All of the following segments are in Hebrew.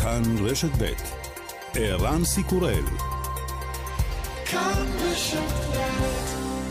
כאן רשת ב' ערן סיקורל. כאן רשת ב'.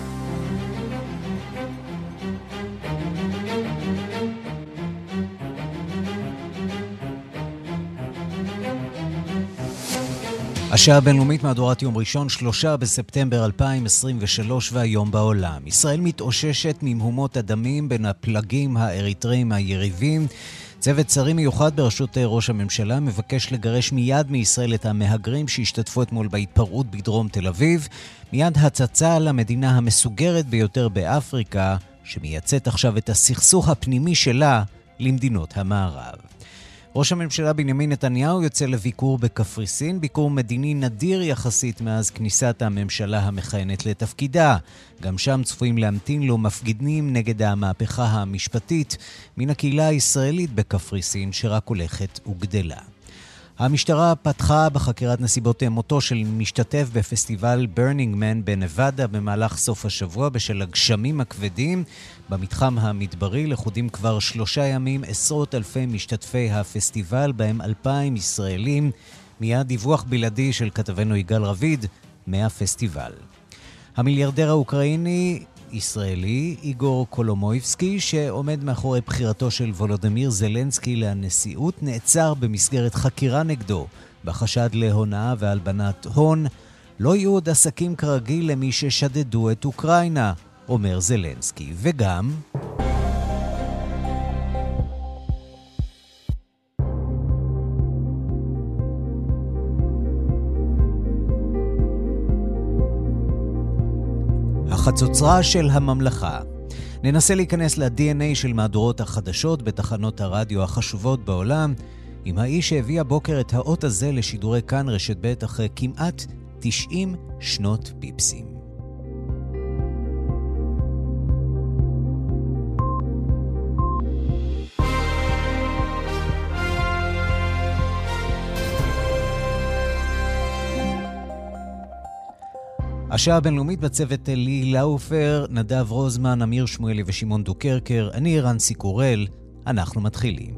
השעה הבינלאומית מהדורת יום ראשון, 3 בספטמבר 2023 והיום בעולם. ישראל מתאוששת ממהומות הדמים בין הפלגים האריתראים היריבים. צוות שרים מיוחד בראשות ראש הממשלה מבקש לגרש מיד מישראל את המהגרים שהשתתפו אתמול בהתפרעות בדרום תל אביב. מיד הצצה למדינה המסוגרת ביותר באפריקה, שמייצאת עכשיו את הסכסוך הפנימי שלה למדינות המערב. ראש הממשלה בנימין נתניהו יוצא לביקור בקפריסין, ביקור מדיני נדיר יחסית מאז כניסת הממשלה המכהנת לתפקידה. גם שם צפויים להמתין לו מפגינים נגד המהפכה המשפטית מן הקהילה הישראלית בקפריסין שרק הולכת וגדלה. המשטרה פתחה בחקירת נסיבות מותו של משתתף בפסטיבל ברנינג מן בנבדה במהלך סוף השבוע בשל הגשמים הכבדים. במתחם המדברי לכודים כבר 3 ימים עשרות אלפי משתתפי הפסטיבל, בהם 2,000 ישראלים. מיד דיווח בלעדי של כתבנו יגאל רביד מהפסטיבל. המיליארדר האוקראיני ישראלי איגור קולומויבסקי, שעומד מאחורי בחירתו של וולודמיר זלנסקי לנשיאות, נעצר במסגרת חקירה נגדו בחשד להונאה והלבנת הון. לא יהיו עוד עסקים כרגיל למי ששדדו את אוקראינה, אומר זלנסקי. וגם החצוצרה של הממלכה. ננסה להיכנס ל-DNA של מהדורות החדשות בתחנות הרדיו החשובות בעולם, עם האיש שהביא הבוקר את האות הזה לשידורי כאן רשת ב' אחרי כמעט 90 שנות פיפסים. השעה הבינלאומית בצוות לי לאופר, נדב רוזמן, אמיר שמואלי ושמעון דוקרקר. אני ערן סיקורל, אנחנו מתחילים.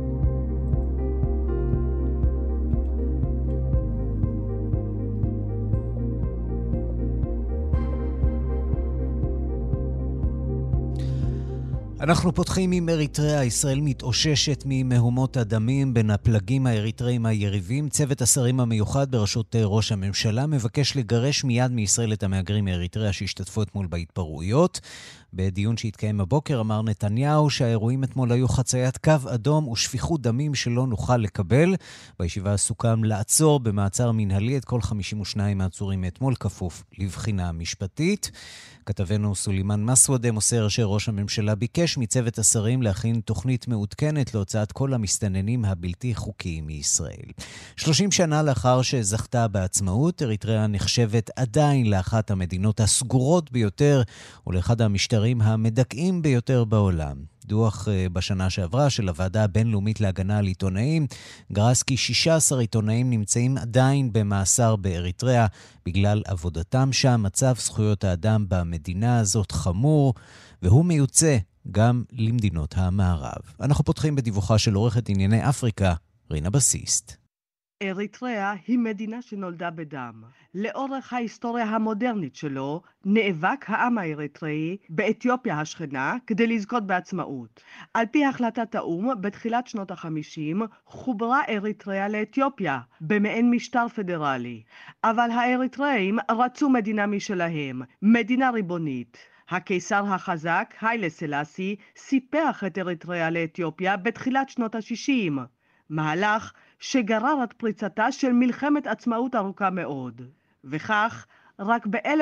אנחנו פותחים עם אריתריאה. ישראל מתאוששת ממהומות הדמים בין הפלגים האריתראים היריבים. צוות השרים המיוחד בראשות ראש הממשלה מבקש לגרש מיד מישראל את המהגרים מאריתריאה שהשתתפו אתמול בהתפרעויות. בדיון שהתקיים הבוקר אמר נתניהו שהאירועים אתמול היו חציית קו אדום ושפיכות דמים שלא נוכל לקבל. בישיבה סוכם לעצור במעצר מנהלי את כל 52 העצורים מאתמול, כפוף לבחינה משפטית. כתבנו סולימן מסוודה מוסר שראש הממשלה ביקש מצוות השרים להכין תוכנית מעודכנת להוצאת כל המסתננים הבלתי חוקיים מישראל. 30 שנה לאחר שזכתה בעצמאות, אריתריאה נחשבת עדיין לאחת המדינות הסגורות ביותר ולאחד המשטרים המדכאים ביותר בעולם. דוח בשנה שעברה של הוועדה הבינלאומית להגנה על עיתונאים גרס כי 16 עיתונאים נמצאים עדיין במאסר באריתריאה בגלל עבודתם שם. מצב זכויות האדם במדינה הזאת חמור, והוא מיוצא גם למדינות המערב. אנחנו פותחים בדיווחה של עורכת ענייני אפריקה, רינה בסיסט. אריתריאה היא מדינה שנולדה בדם. לאורך ההיסטוריה המודרנית שלו נאבק העם האריתראי באתיופיה השכנה כדי לזכות בעצמאות. על פי החלטת האו"ם בתחילת שנות ה-50 חוברה אריתריאה לאתיופיה במעין משטר פדרלי. אבל האריתראים רצו מדינה משלהם, מדינה ריבונית. הקיסר החזק, היילה סלאסי, סיפח את אריתריאה לאתיופיה בתחילת שנות ה-60. מהלך שגרר את פריצתה של מלחמת עצמאות ארוכה מאוד. וכך, רק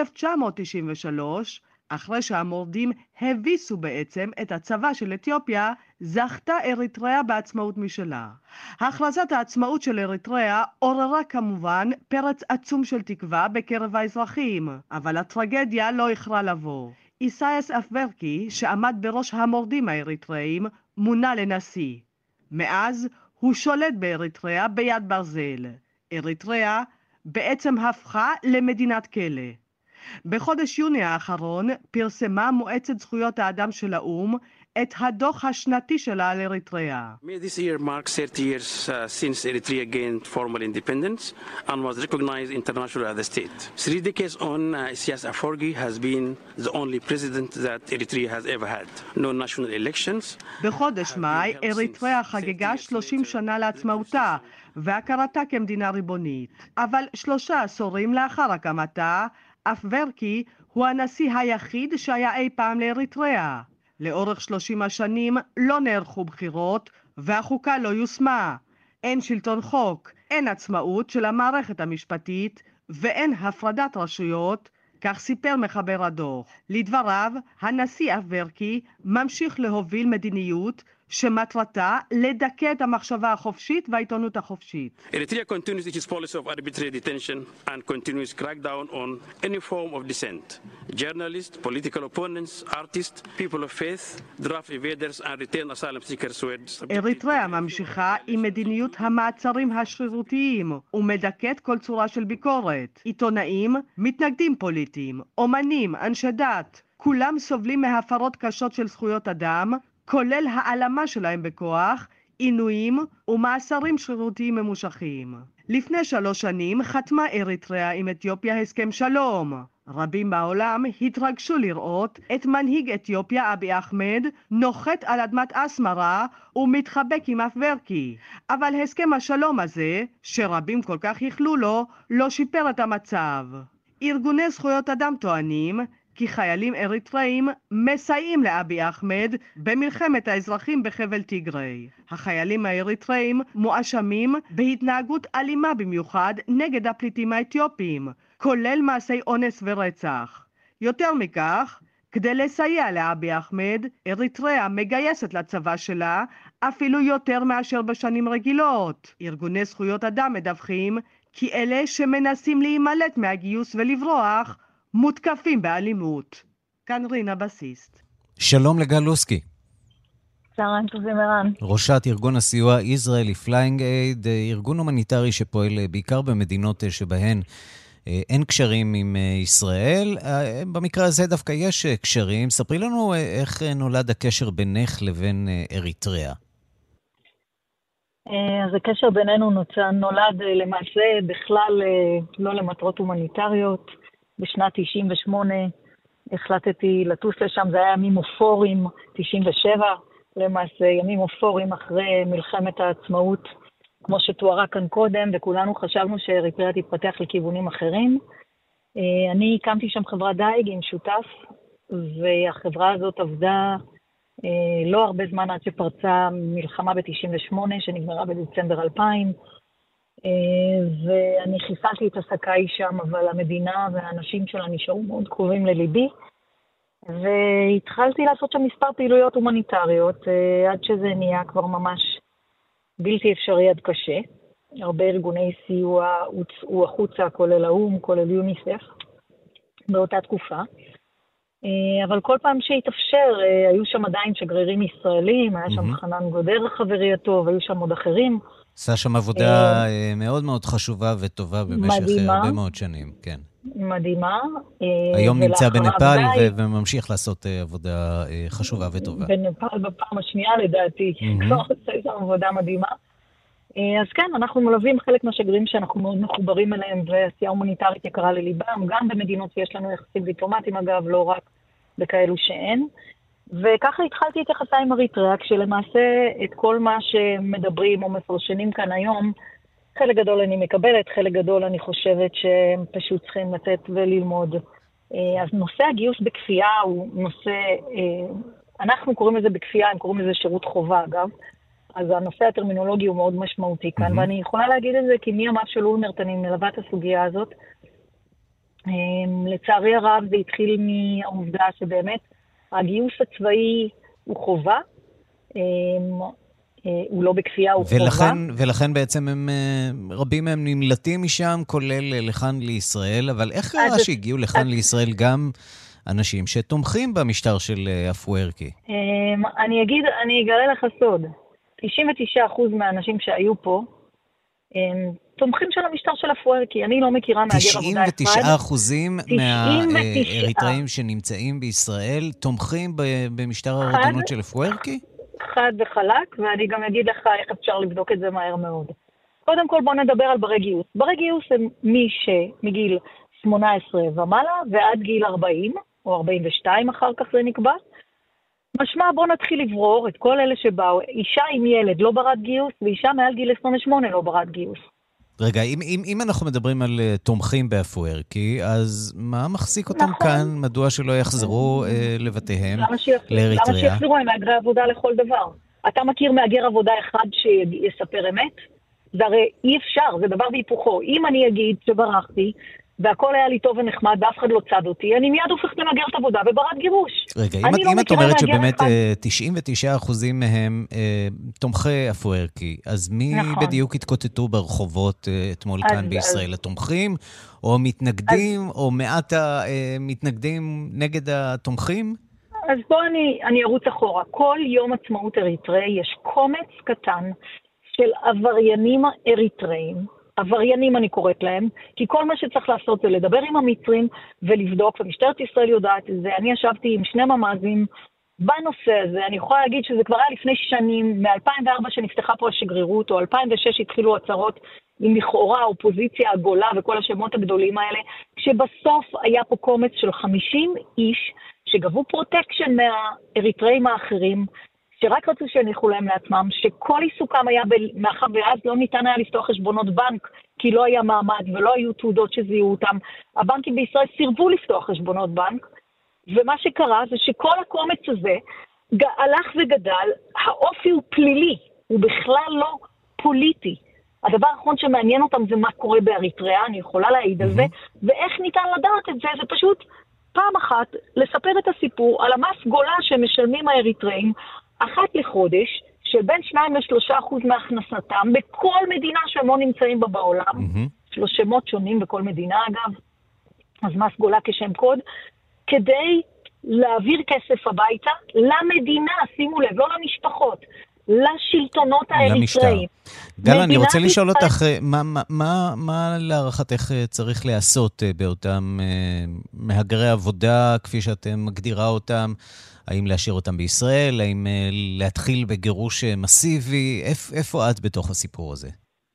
ב-1993, אחרי שהמורדים הביסו בעצם את הצבא של אתיופיה, זכתה אריתריאה בעצמאות משלה. הכרזת העצמאות של אריתריאה עוררה כמובן פרץ עצום של תקווה בקרב האזרחים, אבל הטרגדיה לא איחרה לבוא. איסאיאס אפוורקי, שעמד בראש המורדים האריתראיים, מונה לנשיא. מאז הוא שולט באריתריאה ביד ברזל. אריתריאה בעצם הפכה למדינת כלא. בחודש יוני האחרון פרסמה מועצת זכויות האדם של האו"ם את הדוח השנתי שלה על אריתריאה. This year marks 30 years since Eritrea gained formal independence and was recognized internationally as a state. 3 decades on, Isaias Afwerki has been the only president that Eritrea has ever had. No national elections. בחודש מאי, אריתריאה חגגה 30 שנה לעצמאותה והכרתה כמדינה ריבונית. אבל 3 עשורים לאחר הקמתה, אפוורקי הוא הנשיא היחיד שהיה אי פעם לאריתריאה. לאורך 30 השנים לא נערכו בחירות והחוקה לא יושמה. אין שלטון חוק, אין עצמאות של המערכת המשפטית ואין הפרדת רשויות, כך סיפר מחבר הדוח. לדבריו, הנשיא אפוורקי ממשיך להוביל מדיניות שמטרתה לדכא את המחשבה החופשית והעיתונות החופשית. Eritrea continues its policy of arbitrary detention and continues crackdown on any form of dissent. Journalists, political opponents, artists, people of faith, draft evaders and return asylum seekers were... אריתריאה ממשיכה עם מדיניות המעצרים השרירותיים ומדכאת כל צורה של ביקורת. עיתונאים, מתנגדים פוליטיים, אומנים, אנשי דת, כולם סובלים מהפרות קשות של זכויות אדם, כולל העלמה שלהם בכוח, עינויים ומאסרים שרירותיים ממושכים. לפני 3 שנים חתמה אריתריאה עם אתיופיה הסכם שלום. רבים בעולם התרגשו לראות את מנהיג אתיופיה אבי אחמד נוחת על אדמת אסמרה ומתחבק עם אפוורקי. אבל הסכם השלום הזה, שרבים כל כך ייחלו לו, לא שיפר את המצב. ארגוני זכויות אדם טוענים כי חיילים אריתראים מסייעים לאבי אחמד במלחמת האזרחים בחבל טיגרי. החיילים האריתראים מואשמים בהתנהגות אלימה במיוחד נגד הפליטים האתיופיים, כולל מעשי אונס ורצח. יותר מכך, כדי לסייע לאבי אחמד, אריתריאה מגייסת לצבא שלה אפילו יותר מאשר בשנים רגילות. ארגוני זכויות אדם מדווחים כי אלה שמנסים להימלט מהגיוס ולברוח מותקפים באלימות. כאן רינה בסיסט. שלום לגל לוסקי. צהריים טובים ערן. ראשת ארגון הסיוע Israeli Flying Aid, ארגון הומניטרי שפועל בעיקר במדינות שבהן אין קשרים עם ישראל. במקרה הזה דווקא יש קשרים. ספרי לנו איך נולד הקשר בינך לבין אריתריאה. אז הקשר בינינו נולד למעשה בכלל לא למטרות הומניטריות. בשנת 98 החלטתי לטוס לשם, זה היה ימים אופוריים, 97, למעשה ימים אופוריים אחרי מלחמת העצמאות, כמו שתוארה כאן קודם, וכולנו חשבנו שאריתריאה תתפתח לכיוונים אחרים. אני הקמתי שם חברת דייג עם שותף, והחברה הזאת עבדה לא הרבה זמן עד שפרצה מלחמה ב-98, שנגמרה בדצמבר 2000, ואני חיסלתי את עסקיי שם, אבל המדינה והאנשים שלה נשארו מאוד קרובים לליבי, והתחלתי לעשות שם מספר פעילויות הומניטריות, עד שזה נהיה כבר ממש בלתי אפשרי עד קשה. הרבה ארגוני סיוע הוצאו החוצה, כולל האום, כולל יוניסף, באותה תקופה. אבל כל פעם שהתאפשר, היו שם עדיין שגרירים ישראלים, היה שם חנן גודר חברי הטוב, היו שם עוד אחרים. עשה שם עבודה מאוד מאוד חשובה וטובה במשך הרבה מאוד שנים, כן. מדהימה. היום נמצא בנפאל וממשיך לעשות עבודה חשובה וטובה. בנפאל בפעם השנייה לדעתי, כבר עושה שם עבודה מדהימה. אז כן, אנחנו מלווים חלק מהשגרירים שאנחנו מאוד מחוברים אליהם, ועשייה הומניטרית יקרה לליבם, גם במדינות שיש לנו יחסים דיפלומטיים אגב, לא רק בכאלו שאין. וככה התחלתי את יחסי עם אריתריאה, כשלמעשה את כל מה שמדברים או מפרשנים כאן היום, חלק גדול אני מקבלת, חלק גדול אני חושבת שהם פשוט צריכים לתת וללמוד. אז נושא הגיוס בכפייה הוא נושא, אנחנו קוראים לזה בכפייה, הם קוראים לזה שירות חובה אגב, אז הנושא הטרמינולוגי הוא מאוד משמעותי כאן, ואני יכולה להגיד את זה כי מימיו של אולמרט אני מלווה את הסוגיה הזאת. לצערי הרב זה התחיל מהעובדה שבאמת הגיוס הצבאי הוא חובה, הוא לא בכפייה, הוא חובה. ולכן בעצם רבים מהם נמלטים משם, כולל לכאן לישראל, אבל איך קרה שהגיעו לכאן לישראל גם אנשים שתומכים במשטר של אפוורקי? אני אגלה לך סוד. 99% מהאנשים שהיו פה תומכים של המשטר של אפוארקי. אני לא מכירה מהגר עבודה אחד. 99% מהאריתראים שנמצאים בישראל תומכים במשטר הרודנות של אפוארקי? חד וחלק, ואני גם אגיד לך איך אפשר לבדוק את זה מהר מאוד. קודם כל בוא נדבר על ברי גיוס. ברי גיוס הם מי שמגיל 18 ומעלה ועד גיל 40, או 42 אחר כך זה נקבע. משמע בוא נתחיל לברור את כל אלה שבאו, אישה עם ילד לא ברת גיוס, ואישה מעל גיל 28 לא ברת גיוס. רגע, אם אנחנו מדברים על תומכים באפוארקי, אז מה מחזיק אותם כאן? מדוע שלא יחזרו לבתיהם, לאריתריאה? למה שיחזרו? הם מהגרי עבודה לכל דבר. אתה מכיר מהגר עבודה אחד שיספר אמת? זה הרי אי אפשר, זה דבר בהיפוכו. אם אני אגיד שברחתי, והכל היה לי טוב ונחמד, ואף אחד לא צד אותי, אני מיד הופכת למהגרת עבודה וברת גירוש. רגע, אם את אומרת שבאמת 99% מהם תומכי אפוארקי, אז מי בדיוק התקוטטו ברחובות אתמול כאן בישראל? התומכים, או מתנגדים, או מעט המתנגדים נגד התומכים? אז בוא אני ארוץ אחורה. כל יום עצמאות אריתראי יש קומץ קטן של עבריינים אריתראים, עבריינים אני קוראת להם, כי כל מה שצריך לעשות זה לדבר עם המצרים ולבדוק, ומשטרת ישראל יודעת את זה. אני ישבתי עם 2 ממ"זים בנושא הזה, אני יכולה להגיד שזה כבר היה לפני שנים, מ-2004 שנפתחה פה השגרירות, או 2006 התחילו הצהרות עם לכאורה האופוזיציה הגולה וכל השמות הגדולים האלה, כשבסוף היה פה קומץ של 50 איש שגבו פרוטקשן מהאריתראים האחרים, שרק רצו שיניחו להם לעצמם, שכל עיסוקם היה, מאחר ואז לא ניתן היה לפתוח חשבונות בנק, כי לא היה מעמד ולא היו תעודות שזיהו אותם. הבנקים בישראל סירבו לפתוח חשבונות בנק, ומה שקרה זה שכל הקומץ הזה הלך וגדל, האופי הוא פלילי, הוא בכלל לא פוליטי. הדבר האחרון שמעניין אותם זה מה קורה באריתריאה, אני יכולה להעיד על זה, ואיך ניתן לדעת את זה, זה פשוט פעם אחת לספר את הסיפור על המס גולה שמשלמים האריתראים, אחת לחודש, של בין 2-3% מהכנסתם, בכל מדינה שהם לא נמצאים בה בעולם, יש לו שמות שונים בכל מדינה אגב, אז מס גולה כשם קוד, כדי להעביר כסף הביתה למדינה, שימו לב, לא למשפחות, לשלטונות האריתראים. גל, אני רוצה לשאול אותך, מה להערכתך צריך לעשות באותם מהגרי עבודה, כפי שאתם מגדירה אותם? האם להשאיר אותם בישראל? האם להתחיל בגירוש מסיבי? איפה את בתוך הסיפור הזה?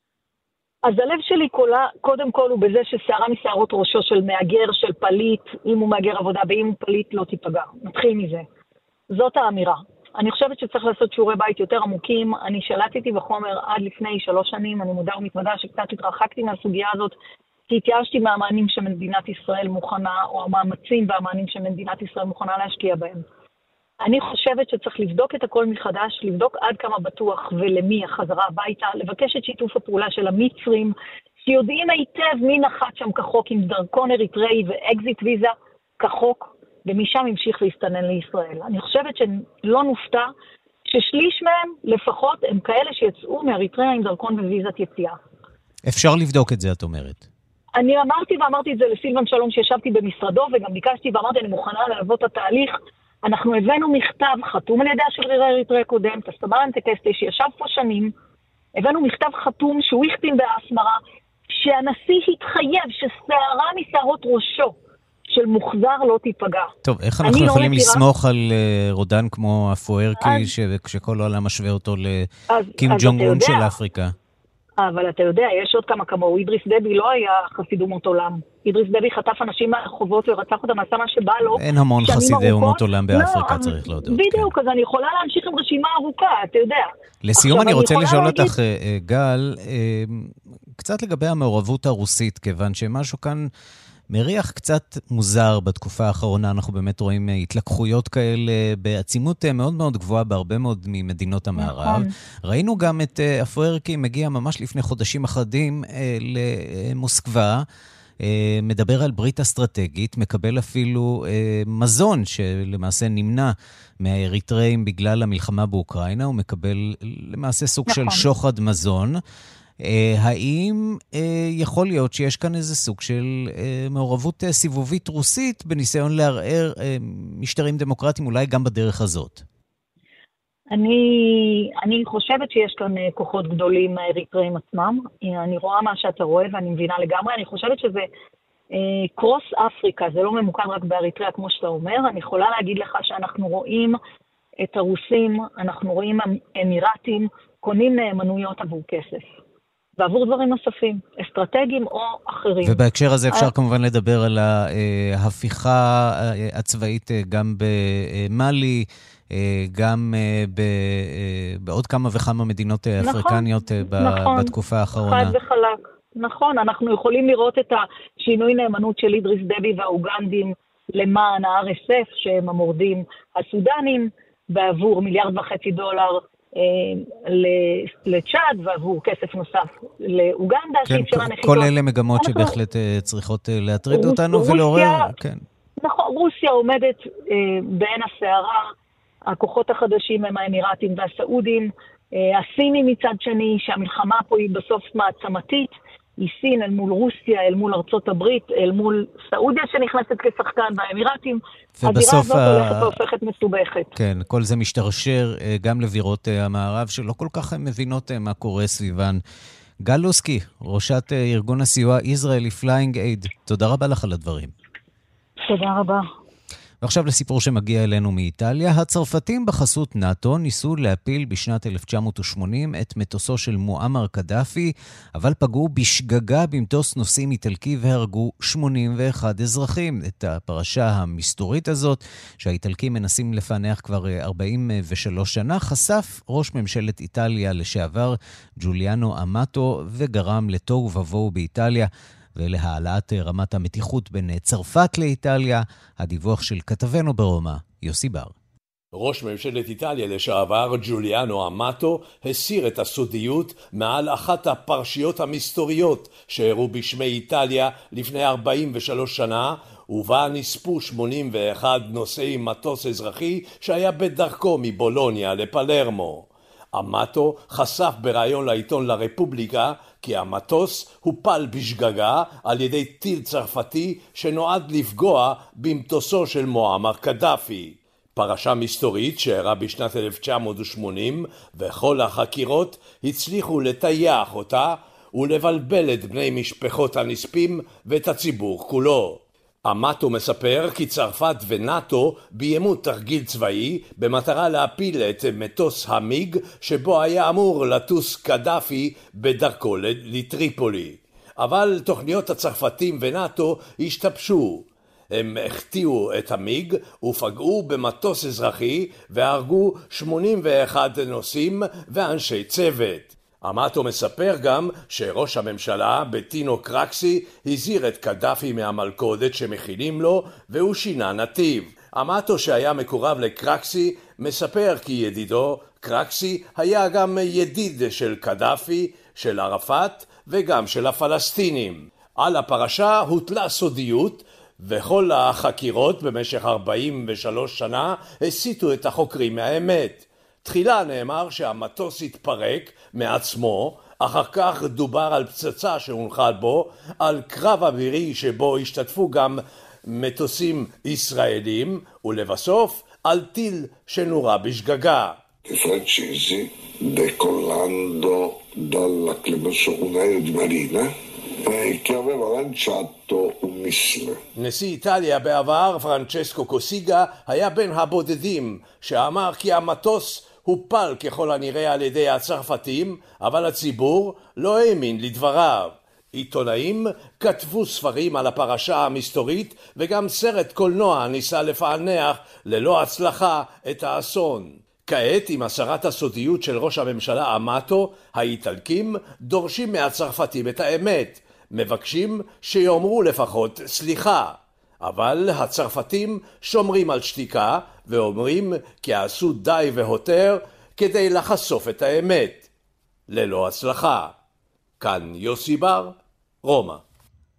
אז הלב שלי קודם כל הוא בזה ששערה משערות ראשו של מהגר, של פליט, אם הוא מהגר עבודה ואם הוא פליט לא תיפגע. נתחיל מזה. זאת האמירה. אני חושבת שצריך לעשות שיעורי בית יותר עמוקים. אני שלטתי בחומר עד לפני 3 שנים. אני מודה ומתוודה שקצת התרחקתי מהסוגיה הזאת, כי התייאשתי מהמענים שמדינת ישראל מוכנה, או המאמצים והמענים שמדינת ישראל מוכנה להשקיע בהם. אני חושבת שצריך לבדוק את הכל מחדש, לבדוק עד כמה בטוח ולמי החזרה הביתה, לבקש את שיתוף הפעולה של המצרים, שיודעים היטב מי נחת שם כחוק עם דרכון אריתראי ואקזיט ויזה כחוק, ומשם המשיך להסתנן לישראל. אני חושבת שלא נופתע ששליש מהם לפחות הם כאלה שיצאו מאריתריאה עם דרכון וויזת יציאה. אפשר לבדוק את זה, את אומרת. אני אמרתי את זה לסילבן שלום שישבתי במשרדו, וגם ביקשתי ואמרתי אני מוכנה ללוות את התהליך. אנחנו הבאנו מכתב חתום על ידי השגריר האריתראי הקודם, תסתמרן טקסטי, שישב פה שנים, הבאנו מכתב חתום שהוא החתים באסמרה, שהנשיא התחייב ששערה משערות ראשו של מוחזר לא תיפגע. טוב, איך אנחנו יכולים לסמוך על רודן כמו אפוארקי, כשכל העולם משווה אותו לקים ג'ונג און של אפריקה? אבל אתה יודע, יש עוד כמה כמוהו. אידריס דבי לא היה חסיד אומות עולם. אידריס דבי חטף אנשים מהרחובות ורצח אותם, עשה מה שבא לו. אין המון חסידי אומות עולם באפריקה, צריך להודות. בדיוק, אז אני יכולה להמשיך עם רשימה ארוכה, אתה יודע. לסיום אני רוצה לשאול אותך, גל, קצת לגבי המעורבות הרוסית, כיוון שמשהו כאן מריח קצת מוזר בתקופה האחרונה. אנחנו באמת רואים התלקחויות כאלה בעצימות מאוד מאוד גבוהה בהרבה מאוד ממדינות המערב. ראינו גם את אפוארקי מגיע ממש לפני חודשים אחדים למוסקבה, מדבר על ברית אסטרטגית, מקבל אפילו מזון שלמעשה נמנע מהאריתראים בגלל המלחמה באוקראינה, הוא מקבל למעשה סוג של שוחד מזון. האם יכול להיות שיש כאן איזה סוג של מעורבות סיבובית רוסית בניסיון לערער משטרים דמוקרטיים, אולי גם בדרך הזאת? אני חושבת שיש כאן כוחות גדולים האריתראים עצמם. אני רואה מה שאתה רואה ואני מבינה לגמרי. אני חושבת שזה קרוס אפריקה, זה לא ממוקד רק באריתריאה כמו שאתה אומר. אני יכולה להגיד לך שאנחנו רואים את הרוסים, אנחנו רואים אמירתים, קונים נאמנויות עבור כסף. ועבור דברים נוספים, אסטרטגיים או אחרים. ובהקשר הזה אפשר כמובן לדבר על ההפיכה הצבאית גם במאלי, גם בעוד כמה וכמה מדינות אפריקניות בתקופה האחרונה. חד וחלק. נכון, אנחנו יכולים לראות את השינוי נאמנות של אידריס דבי והאוגנדים למען ה-RSF, שהם המורדים הסודנים, בעבור $1.5 מיליארד לצ'אד, ועבור כסף נוסף לאוגנדה. כן, כל אלה מגמות שבהחלט צריכות להטריד אותנו ולעורר. כן. נכון, רוסיה עומדת בעין הסערה, הכוחות החדשים הם האמירתים והסעודים, הסינים מצד שני, שהמלחמה פה היא בסוף מעצמתית, היא סין אל מול רוסיה, אל מול ארצות הברית, אל מול סעודיה שנכנסת כשחקן, והאמירתים, הגירה הזאת הולכת והופכת מסובכת. כן, כל זה משתרשר גם לבירות המערב, שלא כל כך מבינות מה קורה סביבן. גל לוסקי, ראשת ארגון הסיוע Israeli Flying Aid, תודה רבה לך על הדברים. תודה רבה. ועכשיו לסיפור שמגיע אלינו מאיטליה. הצרפתים בחסות נאטו ניסו להפיל בשנת 1980 את מטוסו של מועמר קדאפי, אבל פגעו בשגגה במטוס נוסעים איטלקי והרגו 81 אזרחים. את הפרשה המסתורית הזאת, שהאיטלקים מנסים לפענח כבר 43 שנה, חשף ראש ממשלת איטליה לשעבר ג'וליאנו אמאטו, וגרם לתוהו ובוהו באיטליה, ולהעלאת רמת המתיחות בין צרפת לאיטליה. הדיווח של כתבנו ברומא, יוסי בר. ראש ממשלת איטליה לשעבר ג'וליאנו אמאטו הסיר את הסודיות מעל אחת הפרשיות המסתוריות שהראו בשמי איטליה לפני 43 שנה, ובה נספו 81 נוסעי מטוס אזרחי שהיה בדרכו מבולוניה לפלרמו. אמאטו חשף בראיון לעיתון לרפובליקה כי המטוס הופל בשגגה על ידי טיל צרפתי שנועד לפגוע במטוסו של מועמר קדאפי. פרשה מסתורית שהראה בשנת 1980, וכל החקירות הצליחו לטייח אותה ולבלבל את בני משפחות הנספים ואת הציבור כולו. אמאטו מספר כי צרפת ונאטו ביימו תרגיל צבאי במטרה להפיל את מטוס המיג שבו היה אמור לטוס קדאפי בדרכו לטריפולי. אבל תוכניות הצרפתים ונאטו השתבשו. הם החטיאו את המיג ופגעו במטוס אזרחי והרגו 81 נוסעים ואנשי צוות. אמאטו מספר גם שראש הממשלה בטינו קרקסי הזהיר את קדאפי מהמלכודת שמכינים לו והוא שינה נתיב. אמאטו שהיה מקורב לקרקסי מספר כי ידידו קרקסי היה גם ידיד של קדאפי, של ערפאת וגם של הפלסטינים. על הפרשה הוטלה סודיות וכל החקירות במשך 43 שנה הסיטו את החוקרים מהאמת. תחילה נאמר שהמטוס התפרק מעצמו, אחר כך דובר על פצצה שהונחת בו, על קרב אווירי שבו השתתפו גם מטוסים ישראלים, ולבסוף על טיל שנורה בשגגה. פרנצ'יזי, decollando dalla Clemenceau un aereo di marina che aveva lanciato un missile. נשיא איטליה בעבר, פרנצ'סקו קוסיגה, היה בין הבודדים שאמר כי המטוס הופל ככל הנראה על ידי הצרפתים, אבל הציבור לא האמין לדבריו. עיתונאים כתבו ספרים על הפרשה המסתורית, וגם סרט קולנוע ניסה לפענח ללא הצלחה את האסון. כעת, עם הסרת הסודיות של ראש הממשלה אמאטו, האיטלקים דורשים מהצרפתים את האמת, מבקשים שיאמרו לפחות סליחה. אבל הצרפתים שומרים על שתיקה ואומרים כי עשו די והותר כדי לחשוף את האמת. ללא הצלחה. כאן יוסי בר, רומא.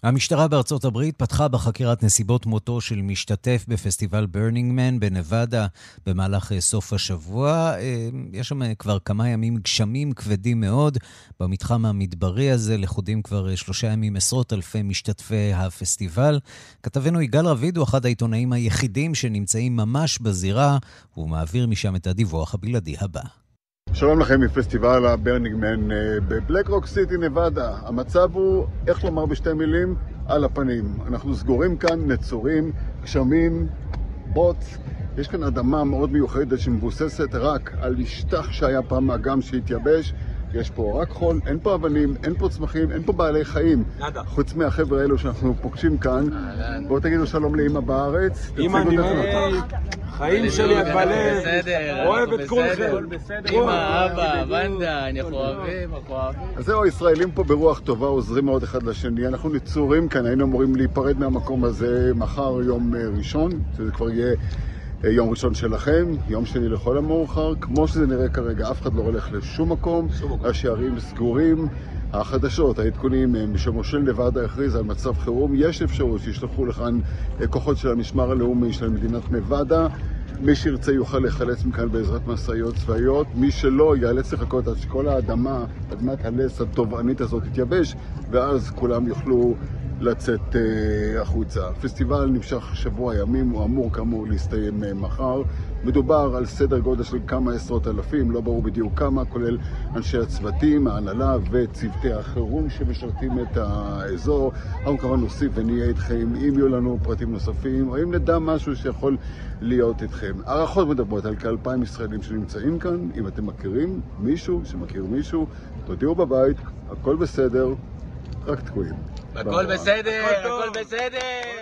המשטרה בארצות הברית פתחה בחקירת נסיבות מותו של משתתף בפסטיבל ברנינג מן בנבדה במהלך סוף השבוע. יש שם כבר כמה ימים גשמים כבדים מאוד במתחם המדברי הזה, לכודים כבר 3 ימים עשרות אלפי משתתפי הפסטיבל. כתבנו יגאל רביד הוא אחד העיתונאים היחידים שנמצאים ממש בזירה, והוא מעביר משם את הדיווח הבלעדי הבא. שלום לכם מפסטיבל הברנינג מן בבלק רוק סיטי נבדה. המצב הוא, איך לומר בשתי מילים, על הפנים. אנחנו סגורים כאן, נצורים, גשמים, בוץ. יש כאן אדמה מאוד מיוחדת שמבוססת רק על משטח שהיה פעם אגם שהתייבש. יש פה רק חול, אין פה אבנים, אין פה צמחים, אין פה בעלי חיים. חוץ מהחבר'ה האלו שאנחנו פוגשים כאן. בואו תגידו שלום לאמא בארץ. אמא נימי, חיים שלי את בלב, אוהב את כולכם. אמא, אבא, בנדה, אנחנו אוהבים. אז זהו, הישראלים פה ברוח טובה עוזרים מאוד אחד לשני. אנחנו נצורים כאן, היינו אמורים להיפרד מהמקום הזה מחר יום ראשון, שזה כבר יהיה יום ראשון שלכם, יום שני לכל המאוחר. כמו שזה נראה כרגע, אף אחד לא הולך לשום מקום, השערים סגורים. החדשות, העדכונים, שמושל נבדה הכריז על מצב חירום. יש אפשרות שישלחו לכאן כוחות של המשמר הלאומי של מדינת נבדה. מי שירצה יוכל לחלץ מכאן בעזרת מסעיות צבאיות. מי שלא ייאלץ לחכות עד שכל האדמה, אדמת הלס הטובענית הזאת תתייבש, ואז כולם יוכלו לצאת החוצה. הפסטיבל נמשך שבוע ימים, הוא אמור כאמור להסתיים מחר. מדובר על סדר גודל של כמה עשרות אלפים, לא ברור בדיוק כמה, כולל אנשי הצוותים, ההנהלה וצוותי החירום שמשרתים את האזור. אנחנו כמובן נוסיף ונהיה איתכם אם יהיו לנו פרטים נוספים, או אם נדע משהו שיכול להיות איתכם. הערכות מדברות על כ2,000 ישראלים שנמצאים כאן. אם אתם מכירים מישהו שמכיר מישהו, תודיעו בבית, הכל בסדר, רק תקועים. הכל בסדר, הכל בסדר.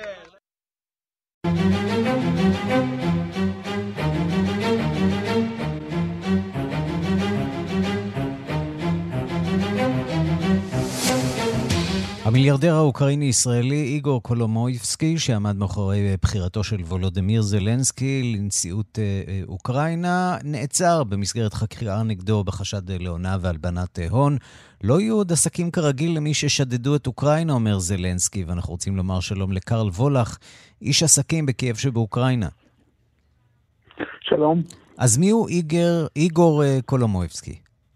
המיליארדר האוקראיני-ישראלי איגור קולומויבסקי, שעמד מאחורי בחירתו של וולודימיר זלנסקי לנשיאות אוקראינה, נעצר במסגרת חקירה נגדו בחשד להונאה והלבנת הון. לא יהיו עוד עסקים כרגיל למי ששדדו את אוקראינה, אומר זלנסקי, ואנחנו רוצים לומר שלום לקרל וולך, איש עסקים בקייב שבאוקראינה. שלום. אז מי הוא איגור קולומויבסקי?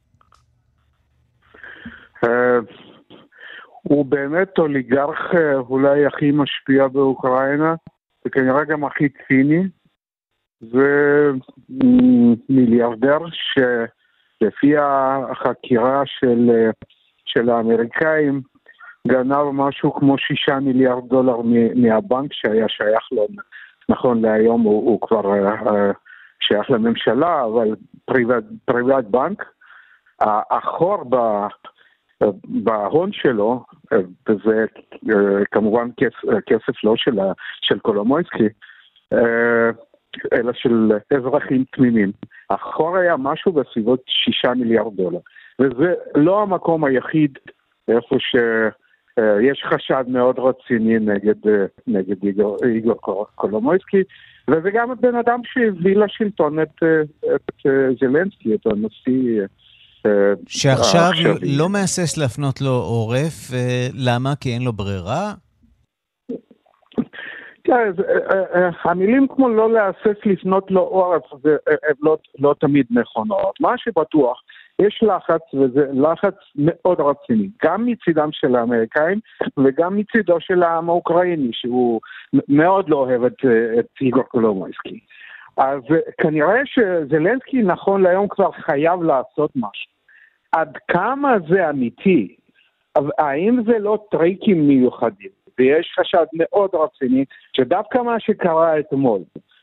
הוא באמת אוליגרך אולי הכי משפיע באוקראינה, וכנראה גם הכי ציני. זה מיליארדר שלפי החקירה של האמריקאים גנב משהו כמו $6 מיליארד מהבנק שהיה שייך לו. נכון להיום הוא כבר שייך לממשלה, אבל פריבט בנק. האחור בהון שלו, וזה כמובן כסף לא של קולומויבסקי, אלא של אזרחים תמימים. האחור היה משהו בסביבות $6 מיליארד. וזה לא המקום היחיד איפה שיש חשד מאוד רציני נגד איגור קולומויבסקי, וזה גם בן אדם שהביא לשלטון את זלנסקי, את הנשיא שעכשיו לא מאסס להפנות לו עורף. למה? כי אין לו ברירה? המילים כמו לא לאסס לפנות לו עורף זה לא תמיד נכונות. מה שבטוח, יש לחץ, וזה לחץ מאוד רציני, גם מצידם של האמריקאים וגם מצידו של העם האוקראיני, שהוא מאוד לא אוהב את איגור קולומויבסקי. אז כנראה שזלנסקי נכון להיום כבר חייב לעשות משהו. עד כמה זה אמיתי? האם זה לא טריקים מיוחדים? ויש חשד מאוד רציני שדווקא מה שקרה אתמול,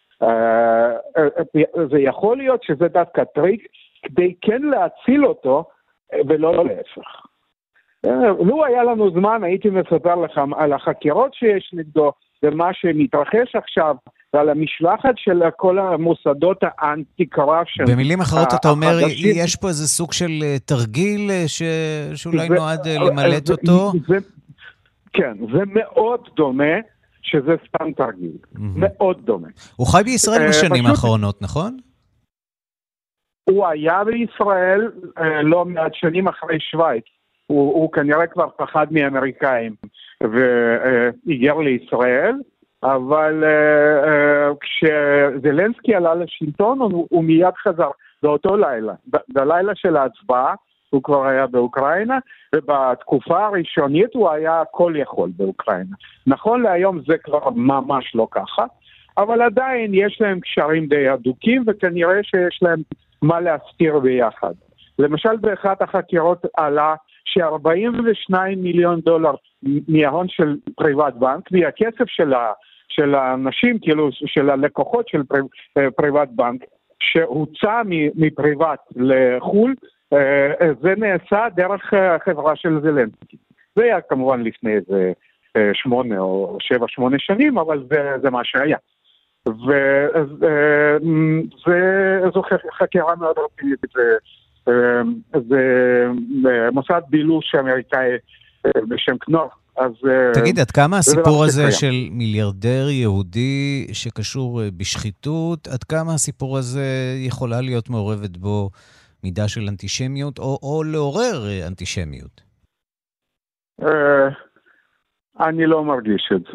זה יכול להיות שזה דווקא טריק כדי כן להציל אותו ולא להפך. לו היה לנו זמן הייתי מספר לכם על החקירות שיש נגדו ומה שמתרחש עכשיו ועל המשלחת של כל המוסדות האנטי-קורפשן. במילים אחרות אתה אומר, יש פה איזה סוג של תרגיל שאולי נועד למלט אותו? כן, זה מאוד דומה שזה סתם תרגיל. מאוד דומה. הוא חי בישראל בשנים האחרונות, נכון? הוא היה בישראל לא מעט שנים אחרי שווייץ. הוא כנראה כבר פחד מאמריקאים. והיגר לישראל, אבל כשזלנסקי עלה לשלטון הוא מיד חזר באותו לילה, בלילה של ההצבעה הוא כבר היה באוקראינה, ובתקופה הראשונית הוא היה כל יכול באוקראינה. נכון להיום זה כבר ממש לא ככה, אבל עדיין יש להם קשרים די הדוקים, וכנראה שיש להם מה להסתיר ביחד. למשל באחת החקירות עלה ש$42 מיליון מההון של פריבט בנק, מהכסף של האנשים, כאילו של הלקוחות של פריבט בנק, שהוצא מפריבט לחול, זה נעשה דרך החברה של זלנסקי. זה היה כמובן לפני איזה 8 או 7-8 שנים, אבל זה מה שהיה. וזו חקירה מאוד רצינית. זה מוסד בילוש אמריקאי בשם קנור. תגיד, עד כמה הסיפור הזה של מיליארדר יהודי שקשור בשחיתות, עד כמה הסיפור הזה יכולה להיות מעורבת בו מידה של אנטישמיות, או לעורר אנטישמיות? אני לא מרגיש את זה.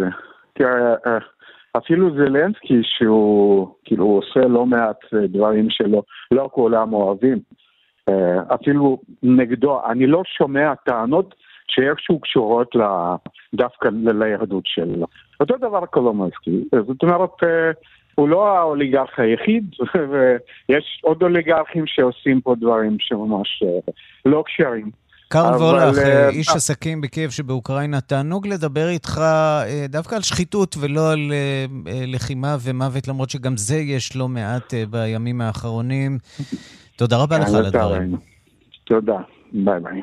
אפילו זלנסקי, שהוא כאילו עושה לא מעט דברים שלא כולם אוהבים, אפילו נגדו, אני לא שומע טענות שאיכשהו קשורות דווקא ליהדות שלו. אותו דבר קולומייסקי. זאת אומרת, הוא לא האוליגרך היחיד, ויש עוד אוליגרכים שעושים פה דברים שממש לא קשרים. קרל וולך, איש עסקים בקייב שבאוקראינה, תענוג לדבר איתך דווקא על שחיתות ולא על לחימה ומוות, למרות שגם זה יש לא מעט בימים האחרונים. תודה רבה לך על הדברים. תודה, ביי ביי.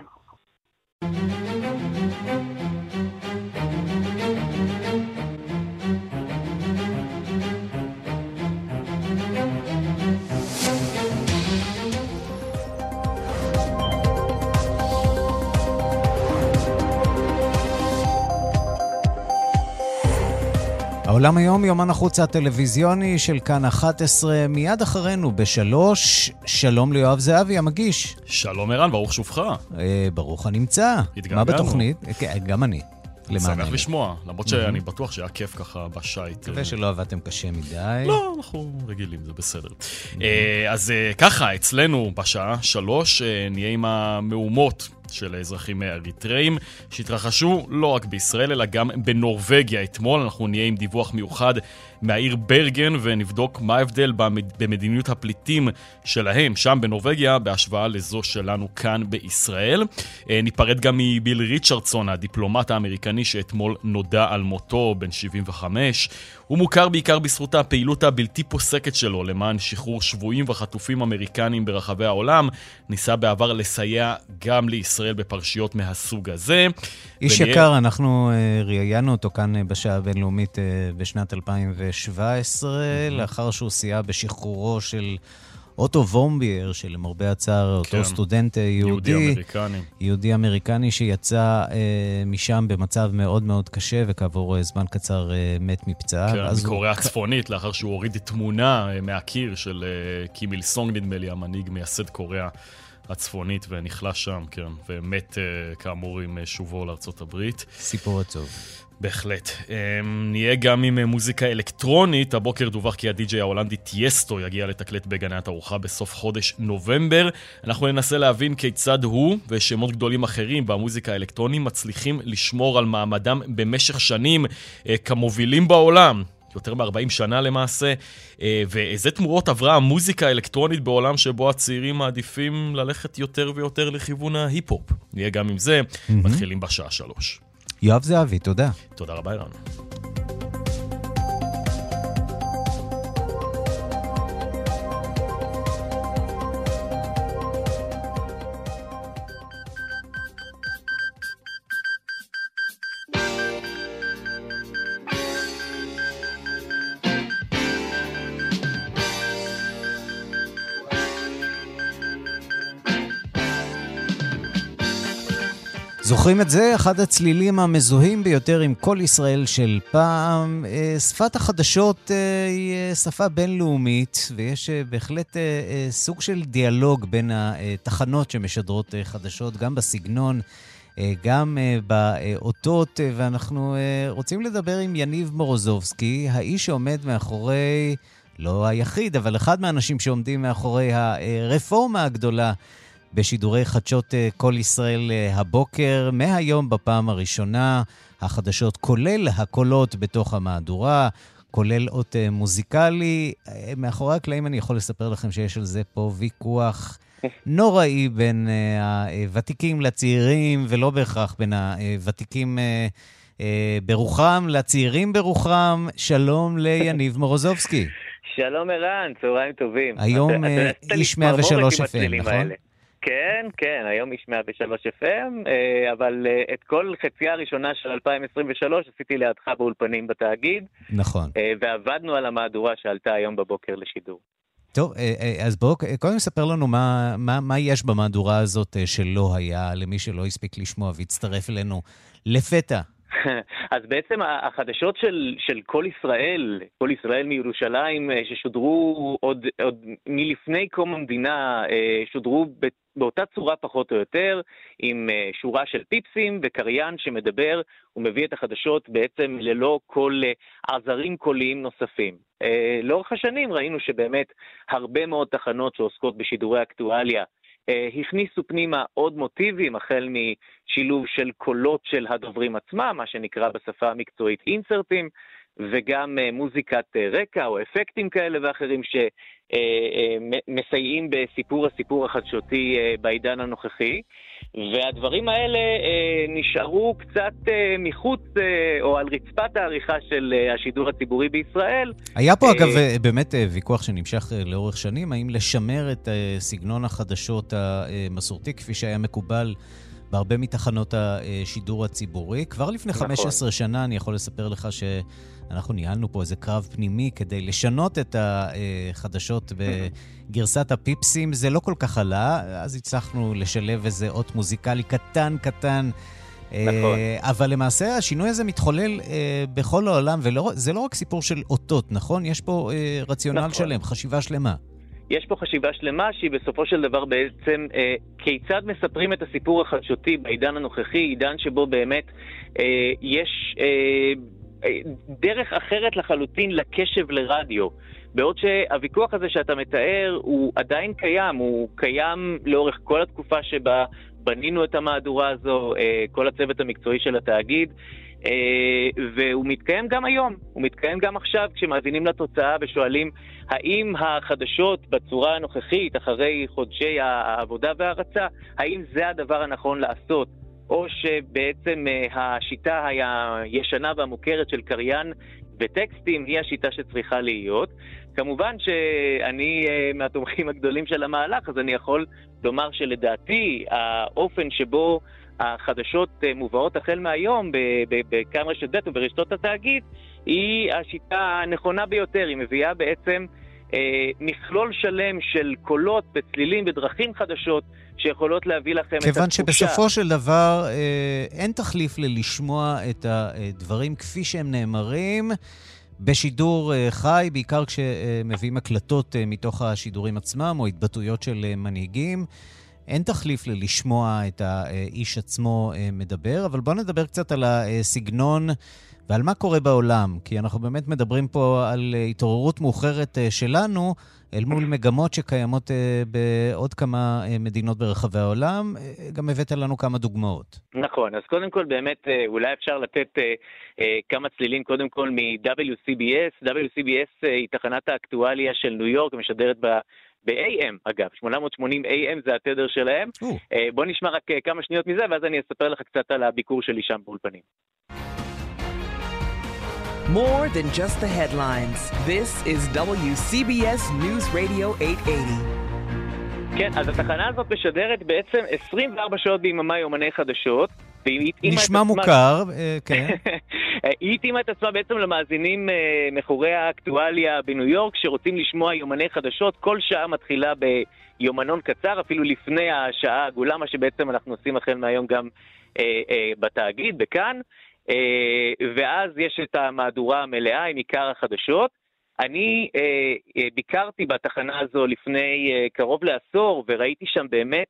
העולם היום, יומן החוץ הטלוויזיוני של כאן 11, מיד אחרינו ב3. שלום ליואב זהבי המגיש. שלום ערן, ברוך שובך. ברוך הנמצא. מה בתוכנית? גם אני. שמח לשמוע, למרות שאני בטוח שהיה כיף ככה בשייט. מקווה שלא עבדתם קשה מדי. לא, אנחנו רגילים, זה בסדר. אז ככה, אצלנו בשעה 3 נהיה עם המהומות של האזרחים אריתראים שהתרחשו לא רק בישראל אלא גם בנורווגיה. אתמול אנחנו נהיה עם דיווח מיוחד מהעיר ברגן ונבדוק מה ההבדל במדיניות הפליטים שלהם שם בנורווגיה בהשוואה לזו שלנו כאן בישראל. ניפרד גם מביל ריצ'רדסון, הדיפלומט האמריקני שאתמול נודע על מותו, בן 75. הוא מוכר בעיקר בזכות הפעילות הבלתי פוסקת שלו למען שחרור שבויים וחטופים אמריקנים ברחבי העולם. ניסה בעבר לסייע גם לישראל בפרשיות מהסוג הזה. איש יקר, אנחנו ראיינו אותו כאן בשעה הבינלאומית בשנת 2017, לאחר שהוא סייע בשחרורו של אוטו וומבייר, שלמרבה הצער, אותו סטודנט יהודי אמריקני שיצא משם במצב מאוד מאוד קשה, וכעבור זמן קצר מת מפצעיו. כן, בקוריאה הצפונית, לאחר שהוא הוריד תמונה מהקיר של קים איל סונג, נדמה לי, המנהיג מייסד קוריאה הצפונית, ונחלש שם, כן, ומת כאמור עם שובו לארצות הברית. סיפור עצוב. בהחלט. נהיה גם עם מוזיקה אלקטרונית. הבוקר דווח כי הדי-ג'יי ההולנדי טייסטו יגיע לתקלט בגני התערוכה בסוף חודש נובמבר. אנחנו ננסה להבין כיצד הוא ושמות גדולים אחרים במוזיקה האלקטרונית מצליחים לשמור על מעמדם במשך שנים כמובילים בעולם. יותר מ-40 שנה למעשה, ואיזה תמורות עברה המוזיקה האלקטרונית בעולם שבו הצעירים מעדיפים ללכת יותר ויותר לכיוון ההיפ-הופ. נהיה גם עם זה, מתחילים בשעה 3. יואב זהבי, תודה. תודה רבה, אירן. זוכרים את זה? אחד הצלילים המזוהים ביותר עם כל ישראל של פעם. שפת החדשות היא שפה בינלאומית, ויש בהחלט סוג של דיאלוג בין התחנות שמשדרות חדשות, גם בסגנון, גם באותות, ואנחנו רוצים לדבר עם יניב מורוזובסקי, האיש שעומד מאחורי, לא היחיד, אבל אחד מהאנשים שעומדים מאחורי הרפורמה הגדולה בשידורי חדשות כל ישראל הבוקר, מהיום בפעם הראשונה, החדשות כולל הקולות בתוך המהדורה, כולל אות מוזיקלי. מאחורי הקלעים אני יכול לספר לכם שיש על זה פה ויכוח נוראי בין הוותיקים לצעירים, ולא בהכרח בין הוותיקים ברוחם לצעירים ברוחם. שלום ליניב מורוזובסקי. שלום ערן, צהריים טובים. היום איש 103 FM, נכון? כן, כן, היום איש 103 FM, אבל את כל חצייה הראשונה של 2023 עשיתי לידך באולפנים בתאגיד. נכון. ועבדנו על המהדורה שעלתה היום בבוקר לשידור. טוב, אז בואו קודם נספר לנו מה יש במהדורה הזאת שלא היה, למי שלא הספיק לשמוע והצטרף אלינו לפתע. אז בעצם החדשות של כל ישראל מירושלים, ששודרו עוד מלפני קום המדינה, שודרו באותה צורה פחות או יותר, עם שורה של טיפסים וקריין שמדבר ומביא את החדשות בעצם ללא כל עזרים קוליים נוספים. לאורך השנים ראינו שבאמת הרבה מאוד תחנות שעוסקות בשידורי אקטואליה הכניסו פנימה עוד מוטיבים, החל משילוב של קולות של הדוברים עצמם, מה שנקרא בשפה המקצועית אינסרטים, וגם מוזיקת רקע או אפקטים כאלה ואחרים שמסייעים הסיפור החדשותי בעידן הנוכחי, והדברים האלה נשארו קצת מחוץ או על רצפת העריכה של השידור הציבורי בישראל. היה פה אגב באמת ויכוח שנמשך לאורך שנים, האם לשמר את סגנון החדשות המסורתי כפי שהיה מקובל בהרבה מתחנות השידור הציבורי. כבר לפני 15 שנה אני יכול לספר לך שאנחנו ניהלנו פה איזה קרב פנימי כדי לשנות את החדשות בגרסת הפיפסים. זה לא כל כך עלה, אז הצלחנו לשלב איזה אות מוזיקלי קטן. נכון. אבל למעשה השינוי הזה מתחולל בכל העולם, וזה לא רק סיפור של אותות, נכון? יש פה רציונל שלם, חשיבה שלמה. יש פה חשיבה שלמה שהיא בסופו של דבר בעצם כיצד מספרים את הסיפור החדשותי בעידן הנוכחי, עידן שבו באמת יש דרך אחרת לחלוטין לקשב לרדיו. בעוד שהוויכוח הזה שאתה מתאר הוא עדיין קיים, הוא קיים לאורך כל התקופה שבה בנינו את המהדורה הזו, כל הצוות המקצועי של התאגיד, והוא מתקיים גם היום, הוא מתקיים גם עכשיו כשמאזינים לתוצאה ושואלים האם החדשות בצורה הנוכחית אחרי חודשי העבודה וההרצה, האם זה הדבר הנכון לעשות, או שבעצם השיטה הישנה והמוכרת של קריין וטקסטים היא השיטה שצריכה להיות. כמובן שאני מהתומכים הגדולים של המהלך, אז אני יכול לומר שלדעתי האופן שבו החדשות מובאות החל מהיום בכאן רשת ב' וברשתות התאגיד היא השיטה הנכונה ביותר. היא מביאה בעצם מכלול שלם של קולות וצלילים בדרכים חדשות שיכולות להביא לכם את התחושה. כיוון שבסופו של דבר אין תחליף ללשמוע את הדברים כפי שהם נאמרים בשידור חי, בעיקר כשמביאים הקלטות מתוך השידורים עצמם או התבטאויות של מנהיגים. אין תחליף ללשמוע את האיש עצמו מדבר, אבל בואו נדבר קצת על הסגנון ועל מה קורה בעולם, כי אנחנו באמת מדברים פה על התעוררות מאוחרת שלנו אל מול מגמות שקיימות בעוד כמה מדינות ברחבי העולם. גם הבאת לנו כמה דוגמאות. נכון, אז קודם כל באמת אולי אפשר לתת כמה צלילים קודם כל מ-WCBS. WCBS היא תחנת האקטואליה של ניו יורק, משדרת ב-AM, אגב, 880 AM זה התדר שלהם. בוא נשמע רק כמה שניות מזה, ואז אני אספר לך קצת על הביקור שלי שם באולפנים. More than just the headlines. This is WCBS News Radio 880. כן, אז התחנה הזאת משדרת בעצם 24 שעות ביממה יומני חדשות. נשמע מוכר, כן. היא התאימה את עצמה בעצם למאזינים מכורי האקטואליה בניו יורק, שרוצים לשמוע יומני חדשות. כל שעה מתחילה ביומנון קצר, אפילו לפני השעה העגולה, מה שבעצם אנחנו עושים החל מהיום גם בתאגיד, בכאן. ואז יש את המהדורה המלאה עם עיקר החדשות. אני ביקרתי בתחנה הזו לפני קרוב לעשור, וראיתי שם באמת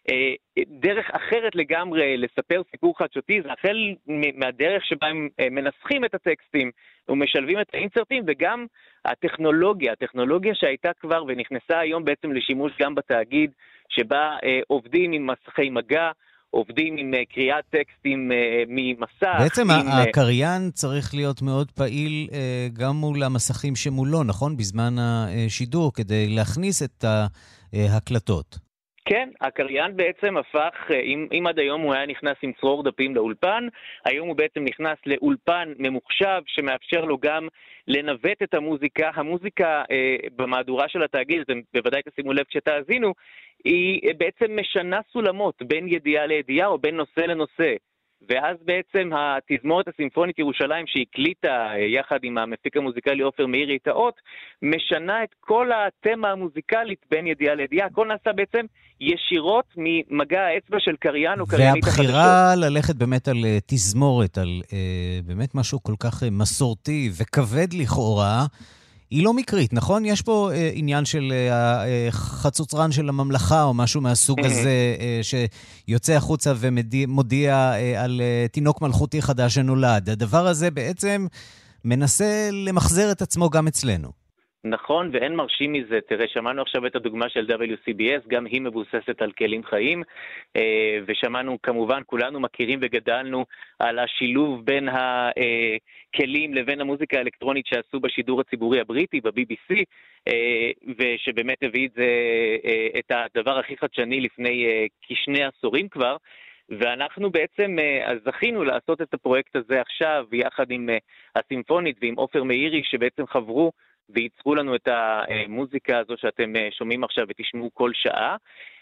דרך אחרת לגמרי לספר סיפור חדשותי, זה החל מהדרך שבה הם מנסחים את הטקסטים ומשלבים את האינסרטים, וגם הטכנולוגיה שהייתה כבר ונכנסה היום בעצם לשימוש גם בתאגיד, שבה עובדים עם מסכי מגע, עובדים עם קריאת טקסטים ממסך. בעצם הקריין צריך להיות מאוד פעיל גם מול המסכים שמולו, נכון? בזמן השידור, כדי להכניס את ההקלטות. כן, הקריין בעצם הפך, אם עד היום הוא היה נכנס עם צרור דפים לאולפן, היום הוא בעצם נכנס לאולפן ממוחשב שמאפשר לו גם לנווט את המוזיקה. המוזיקה במהדורה של התאגיד, בוודאי תשימו לב כשתאזינו, היא בעצם משנה סולמות בין ידיעה לידיעה או בין נושא לנושא. ואז בעצם התזמורת הסימפונית ירושלים שהקליטה יחד עם המפיק המוזיקלי עופר מאירי את האות, משנה את כל התמה המוזיקלית בין ידיעה לידיעה. הכל נעשה בעצם ישירות ממגע האצבע של קריין או קריינית החדשות. והבחירה ללכת באמת על תזמורת, על באמת משהו כל כך מסורתי וכבד לכאורה, היא לא מקרית, נכון? יש פה עניין של חצוצרן של הממלכה או משהו מהסוג הזה שיוצא החוצה ומודיע על תינוק מלכותי חדש שנולד. הדבר הזה בעצם מנסה למחזר את עצמו גם אצלנו. נכון, ואין מרשים מזה. תראה, שמענו עכשיו את הדוגמה של WCBS, גם היא מבוססת על כלים חיים, ושמענו כמובן, כולנו מכירים וגדלנו על השילוב בין הכלים לבין המוזיקה האלקטרונית שעשו בשידור הציבורי הבריטי, ב-BBC, ושבאמת הביא את הדבר הכי חדשני לפני כשני עשורים כבר, ואנחנו בעצם זכינו לעשות את הפרויקט הזה עכשיו, יחד עם הסימפונית ועם עופר מאירי, שבעצם חברו וייצרו לנו את המוזיקה הזו שאתם שומעים עכשיו ותשמעו כל שעה.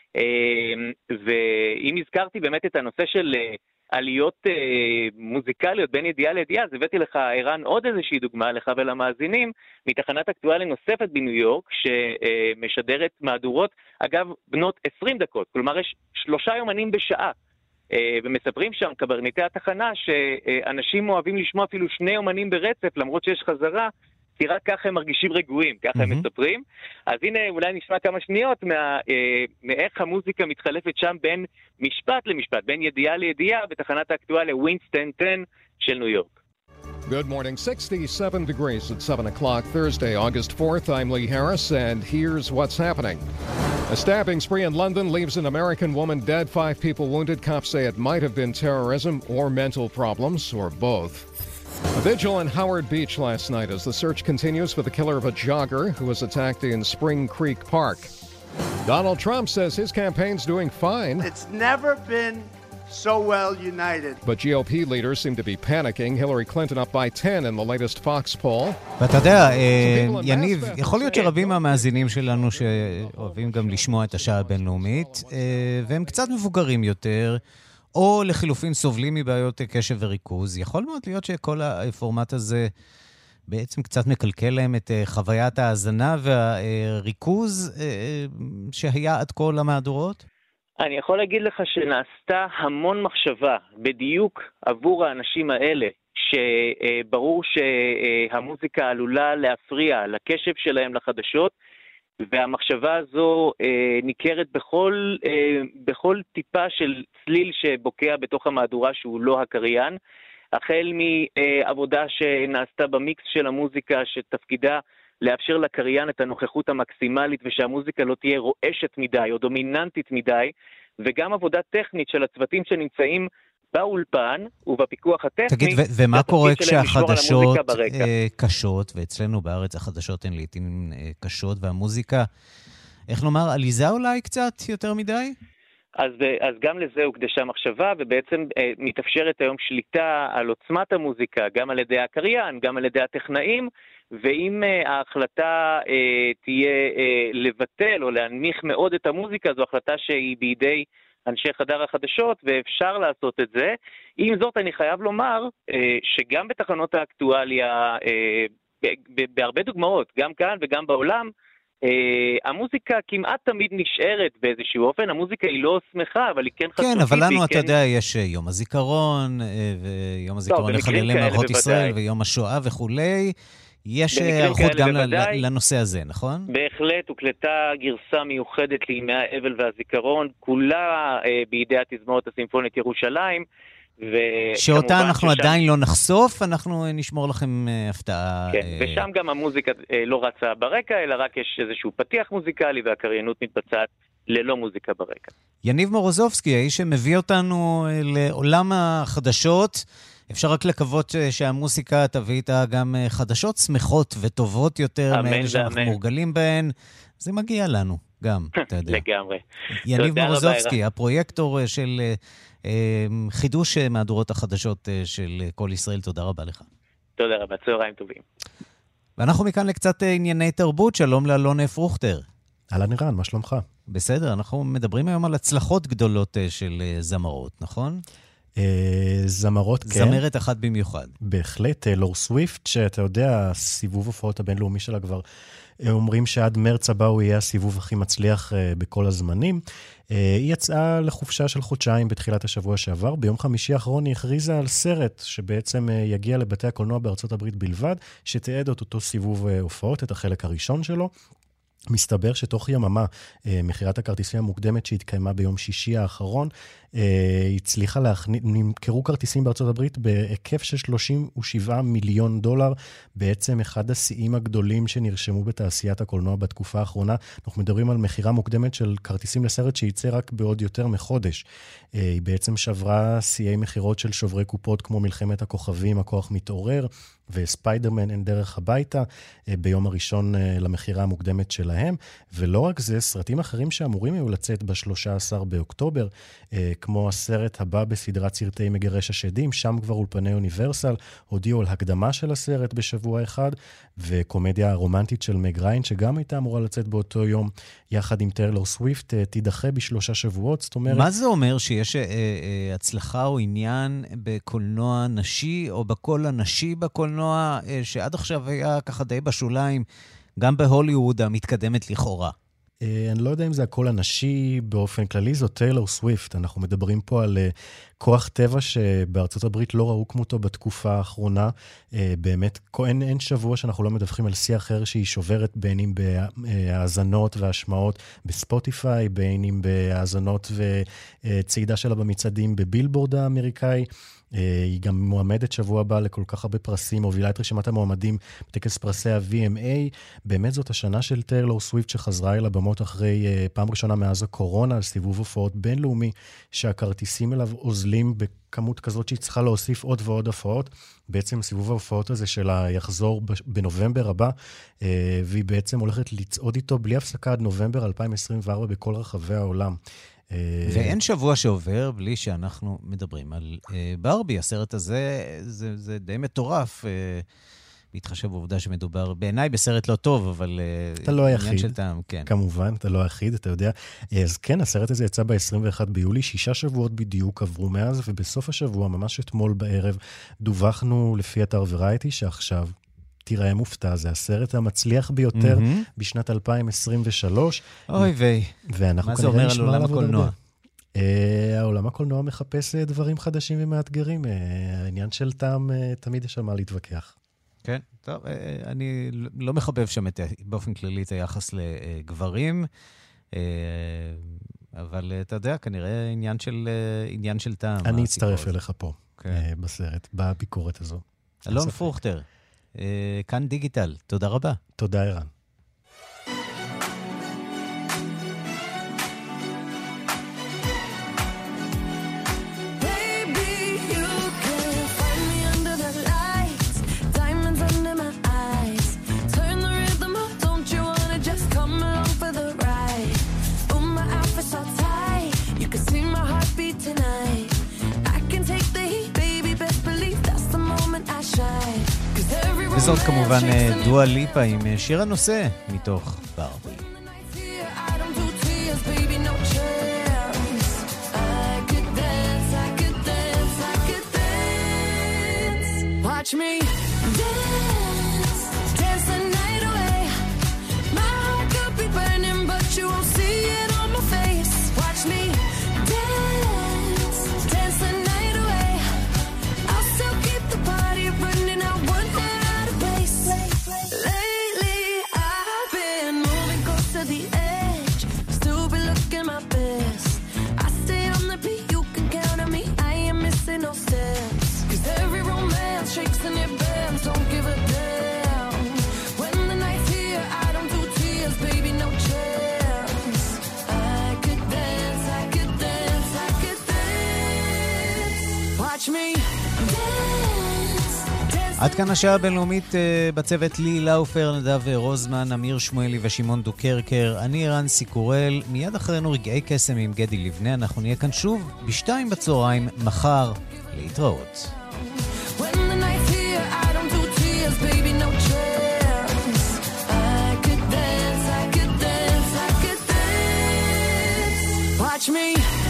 ואם הזכרתי באמת את הנושא של עליות מוזיקליות בין ידיעה לידיעה, אז הבאתי לך, ערן, עוד איזושהי דוגמה לך ולמאזינים, מתחנת אקטואליה נוספת בניו יורק, שמשדרת מהדורות, אגב, בנות 20 דקות, כלומר יש 3 יומנים בשעה, ומספרים שם קברניטי התחנה שאנשים אוהבים לשמוע אפילו 2 יומנים ברצף, למרות שיש חזרה, כי רק ככה הם מרגישים רגועים, ככה הם מספרים. אז הנה אולי נשמע כמה שניות מאיך המוזיקה מתחלפת שם בין משפט למשפט, בין ידיעה לידיעה, בתחנת האקטואליה ווינסטון 10 של ניו יורק. Good morning. 67 degrees at 7 o'clock Thursday, August 4th. I'm Lee Harris, and here's what's happening. A stabbing spree in London leaves an American woman dead, 5 people wounded. Cops say it might have been terrorism or mental problems, or both. A vigil in Howard Beach last night as the search continues for the killer of a jogger who was attacked in Spring Creek Park. Donald Trump says his campaign's doing fine. It's never been so well united. But GOP leaders seem to be panicking. Hillary Clinton up by 10 in the latest Fox poll. ואתה יודע, יניב, יכול להיות שרבים מהמאזינים שלנו שאוהבים גם לשמוע את השעה הבינלאומית, והם קצת מבוגרים יותר, או לחילופין סובלים מבעיות קשב וריכוז. יכול מאוד להיות שכל הפורמט הזה בעצם קצת מקלקל להם את חוויית ההאזנה והריכוז שהיה עד כה למהדורות? אני יכול להגיד לך שנעשתה המון מחשבה בדיוק עבור האנשים האלה, שברור שהמוזיקה עלולה להפריע לקשב שלהם לחדשות, והמחשבה הזו ניכרת בכל טיפה של צליל שבוקע בתוך המהדורה שהוא לא הקריין, החל מעבודה שנעשתה במיקס של המוזיקה שתפקידה לאפשר לקריין את הנוכחות המקסימלית ושהמוזיקה לא תהיה רועשת מדי או דומיננטית מדי, וגם עבודה טכנית של הצוותים שנמצאים באולפן ובפיקוח הטכני. תגיד, ומה קורה כשהחדשות קשות, ואצלנו בארץ החדשות הן לעתים קשות, והמוזיקה, איך נאמר, עליזה אולי קצת יותר מדי? אז גם לזה הוקדשה מחשבה, ובעצם מתאפשרת היום שליטה על עוצמת המוזיקה, גם על ידי הקריין, גם על ידי הטכנאים, ואם ההחלטה תהיה לבטל או להנמיך מאוד את המוזיקה, זו החלטה שהיא בידי אנשי חדר החדשות, ואפשר לעשות את זה. עם זאת, אני חייב לומר שגם בתחנות האקטואליה, בהרבה דוגמאות, גם כאן וגם בעולם, המוזיקה כמעט תמיד נשארת באיזשהו אופן. המוזיקה היא לא שמחה, אבל היא כן חשובית. כן, אבל לנו, אתה יודע, יש יום הזיכרון, ויום הזיכרון לחללי מערכות ישראל, ויום השואה וכולי. יש הערכות גם לנושא הזה, נכון? בהחלט, הוקלטה גרסה מיוחדת לימי האבל והזיכרון, כולה בידי התזמורת הסימפונית ירושלים, שאותה אנחנו עדיין לא נחשוף, אנחנו נשמור לכם הפתעה. כן, ושם גם המוזיקה לא רצה ברקע, אלא רק יש איזשהו פתיח מוזיקלי, והקריינות מתבצעת ללא מוזיקה ברקע. יניב מורוזובסקי, האיש שמביא אותנו לעולם החדשות, אפשר רק לקוות שהמוסיקה תביא איתה גם חדשות שמחות וטובות יותר מאלה שאנחנו מורגלים בהן. זה מגיע לנו גם, אתה יודע. לגמרי. יניב מורוזובסקי, הפרויקטור של חידוש מהדורות החדשות של כל ישראל, תודה רבה לך. תודה רבה, צהריים טובים. ואנחנו מכאן לקצת ענייני תרבות, שלום לאלון פרוכטר. אהלן ערן, מה שלומך? בסדר, אנחנו מדברים היום על הצלחות גדולות של זמרות, נכון? זמרות, כן. זמרת אחת במיוחד. בהחלט, טיילור סוויפט, שאתה יודע, הסיבוב הופעות הבינלאומי שלה כבר אומרים שעד מרץ הבא הוא יהיה הסיבוב הכי מצליח בכל הזמנים. היא יצאה לחופשה של חודשיים בתחילת השבוע שעבר. ביום חמישי האחרון היא הכריזה על סרט שבעצם יגיע לבתי הקולנוע בארצות הברית בלבד, שתיעד את אותו סיבוב הופעות, את החלק הראשון שלו. מסתבר שתוך יממה, מחירת הכרטיסים המוקדמת שהתקיימה ביום שישי האחרון, הצליחה נמכרו כרטיסים בארצות הברית בהיקף של $37 מיליון, בעצם אחד השיאים הגדולים שנרשמו בתעשיית הקולנוע בתקופה האחרונה. אנחנו מדברים על מחירה מוקדמת של כרטיסים לסרט שייצא רק בעוד יותר מחודש. היא בעצם שברה שיאי מחירות של שוברי קופות כמו מלחמת הכוכבים, הכוח מתעורר, וספיידרמן אין דרך הביתה, ביום הראשון למחירה המוקדמת שלהם. ולא רק זה, סרטים אחרים שאמורים היו לצאת ב-13 באוקטובר, כמו הסרט הבא בסדרת סרטי מגרש השדים, שם כבר אולפני אוניברסל הודיעו על הקדמה של הסרט בשבוע אחד, וקומדיה הרומנטית של מג ריין, שגם הייתה אמורה לצאת באותו יום, יחד עם טיילור סוויפט, תידחה ב3 שבועות. זאת אומרת... מה זה אומר שיש הצלחה או עניין בקולנוע נשי, או בקול הנשי בקולנוע, שעד עכשיו היה ככה די בשוליים, גם בהוליווד המתקדמת לכאורה? אני לא יודע אם זה הקול הנשי באופן כללי, זו טיילור סוויפט. אנחנו מדברים פה על כוח טבע שבארצות הברית לא ראו כמותו בתקופה האחרונה. באמת, אין שבוע שאנחנו לא מדווחים על שיא אחר שהיא שוברת, בין אם בהאזנות והשמעות בספוטיפיי, בין אם בהאזנות וצעידה שלה במצעדים בבילבורד האמריקאי. היא גם מועמדת שבוע הבא לכל כך הרבה פרסים, הובילה את רשימת המועמדים בטקס פרסי ה-VMA. באמת זאת השנה של טיילור סוויפט שחזרה אל הבמות אחרי פעם ראשונה מאז הקורונה, על סיבוב הופעות בינלאומי, שהכרטיסים אליו עוזלים בכמות כזאת שהיא צריכה להוסיף עוד ועוד הופעות. בעצם סיבוב ההופעות הזה שלה יחזור בנובמבר הבא, והיא בעצם הולכת לצעוד איתו בלי הפסקה עד נובמבר 2024 בכל רחבי העולם. ואין שבוע שעובר בלי שאנחנו מדברים על ברבי. הסרט הזה זה די מטורף, בהתחשב בעובדה שמדובר בעיניי בסרט לא טוב, אבל אתה לא היחיד, של טעם, כן. כמובן, אתה לא היחיד, אתה יודע. אז כן, הסרט הזה יצא ב-21 ביולי, 6 שבועות בדיוק עברו מאז, ובסוף השבוע, ממש אתמול בערב, דווחנו לפי אתר ורייטי שעכשיו תראה מופתע, זה הסרט המצליח ביותר בשנת 2023. אוי ויי. מה זה אומר על עולם הקולנוע? העולם הקולנוע מחפש דברים חדשים ומאתגרים. העניין של טעם, תמיד יש על מה להתווכח. כן, טוב, אני לא מחבב שם באופן כללי את היחס לגברים, אבל אתה יודע, כנראה עניין של טעם. אני אצטרף אליך פה, בסרט, בביקורת הזו. אלון פרוכטר. כאן דיגיטל. תודה רבה. תודה, ערן. וזאת כמובן דואה ליפה עם שיר הנושא מתוך ברבי. Watch me dance, dance the night away. My heart could be burning, but you won't see it on my face. Watch me dance, dance the night away. I'll still keep the party running. I won't let out of place. Watch me dance. עד כאן השעה הבינלאומית בצוות לי לאופר, נדב רוזמן, אמיר שמואלי ושמעון דוקרקר. אני ערן סיקורל. מיד אחרינו רגעי קסם עם גדי לבנה. אנחנו נהיה כאן שוב ב-14:00 מחר. להתראות. When the night's here, I don't do tears, baby, no chance. I could dance, I could dance, I could dance. Watch me